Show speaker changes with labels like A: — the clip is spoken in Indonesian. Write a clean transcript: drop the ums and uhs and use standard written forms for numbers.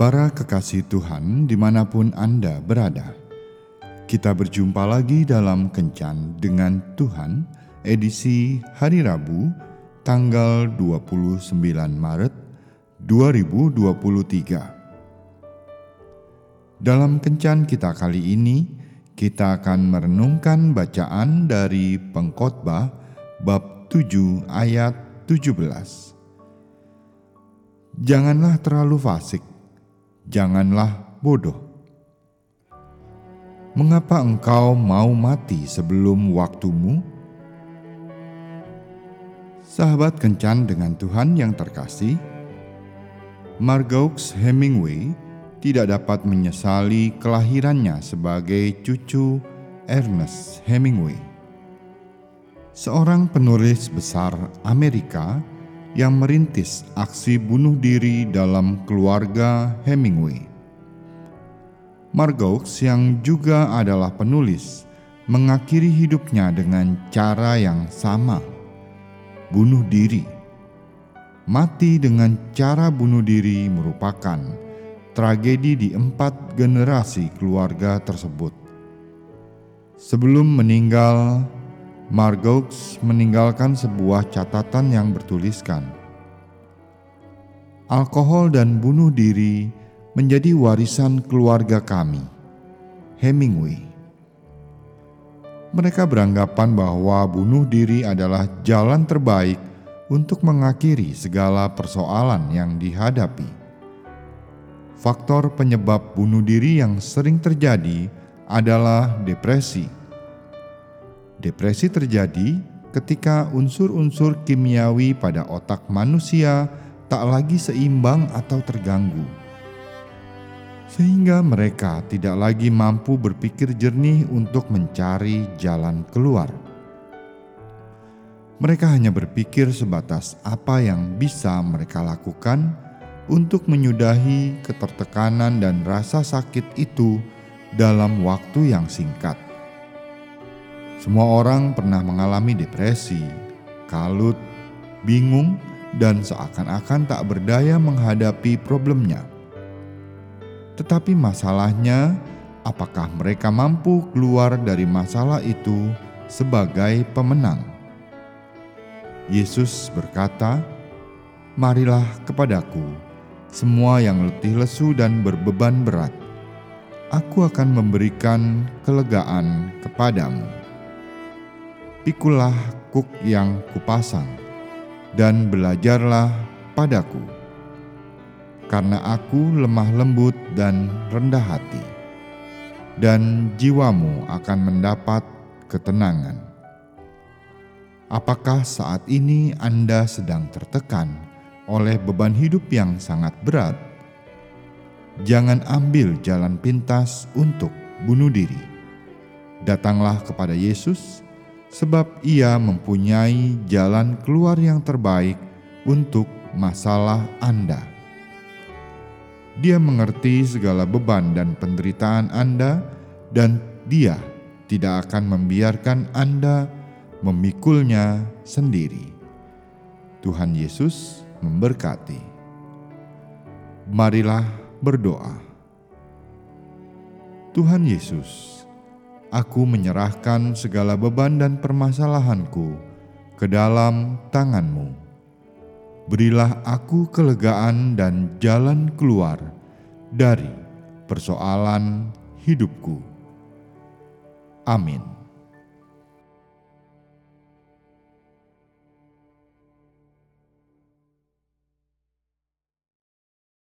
A: Para kekasih Tuhan dimanapun Anda berada, kita berjumpa lagi dalam Kencan dengan Tuhan, edisi hari Rabu, tanggal 29 Maret 2023. Dalam Kencan kita kali ini, kita akan merenungkan bacaan dari Pengkhotbah bab 7 ayat 17. Janganlah terlalu fasik, janganlah bodoh. Mengapa engkau mau mati sebelum waktumu? Sahabat Kencan dengan Tuhan yang terkasih, Margaux Hemingway tidak dapat menyesali kelahirannya sebagai cucu Ernest Hemingway, seorang penulis besar Amerika yang merintis aksi bunuh diri dalam keluarga Hemingway. Margaux yang juga adalah penulis mengakhiri hidupnya dengan cara yang sama, bunuh diri. Mati dengan cara bunuh diri merupakan tragedi di 4 generasi keluarga tersebut. Sebelum meninggal, Margaux meninggalkan sebuah catatan yang bertuliskan, "Alkohol dan bunuh diri menjadi warisan keluarga kami, Hemingway." Mereka beranggapan bahwa bunuh diri adalah jalan terbaik untuk mengakhiri segala persoalan yang dihadapi. Faktor penyebab bunuh diri yang sering terjadi adalah depresi. Depresi terjadi ketika unsur-unsur kimiawi pada otak manusia tak lagi seimbang atau terganggu, sehingga mereka tidak lagi mampu berpikir jernih untuk mencari jalan keluar. Mereka hanya berpikir sebatas apa yang bisa mereka lakukan untuk menyudahi ketertekanan dan rasa sakit itu dalam waktu yang singkat. Semua orang pernah mengalami depresi, kalut, bingung, dan seakan-akan tak berdaya menghadapi problemnya. Tetapi masalahnya, apakah mereka mampu keluar dari masalah itu sebagai pemenang? Yesus berkata, "Marilah kepadaku, semua yang letih lesu dan berbeban berat. Aku akan memberikan kelegaan kepadamu. Pikulah kuk yang kupasang, dan belajarlah padaku, karena aku lemah lembut dan rendah hati, dan jiwamu akan mendapat ketenangan." Apakah saat ini Anda sedang tertekan oleh beban hidup yang sangat berat? Jangan ambil jalan pintas untuk bunuh diri. Datanglah kepada Yesus, sebab Ia mempunyai jalan keluar yang terbaik untuk masalah Anda. Dia mengerti segala beban dan penderitaan Anda, dan Dia tidak akan membiarkan Anda memikulnya sendiri. Tuhan Yesus memberkati. Marilah berdoa. Tuhan Yesus, aku menyerahkan segala beban dan permasalahanku ke dalam tangan-Mu. Berilah aku kelegaan dan jalan keluar dari persoalan hidupku. Amin.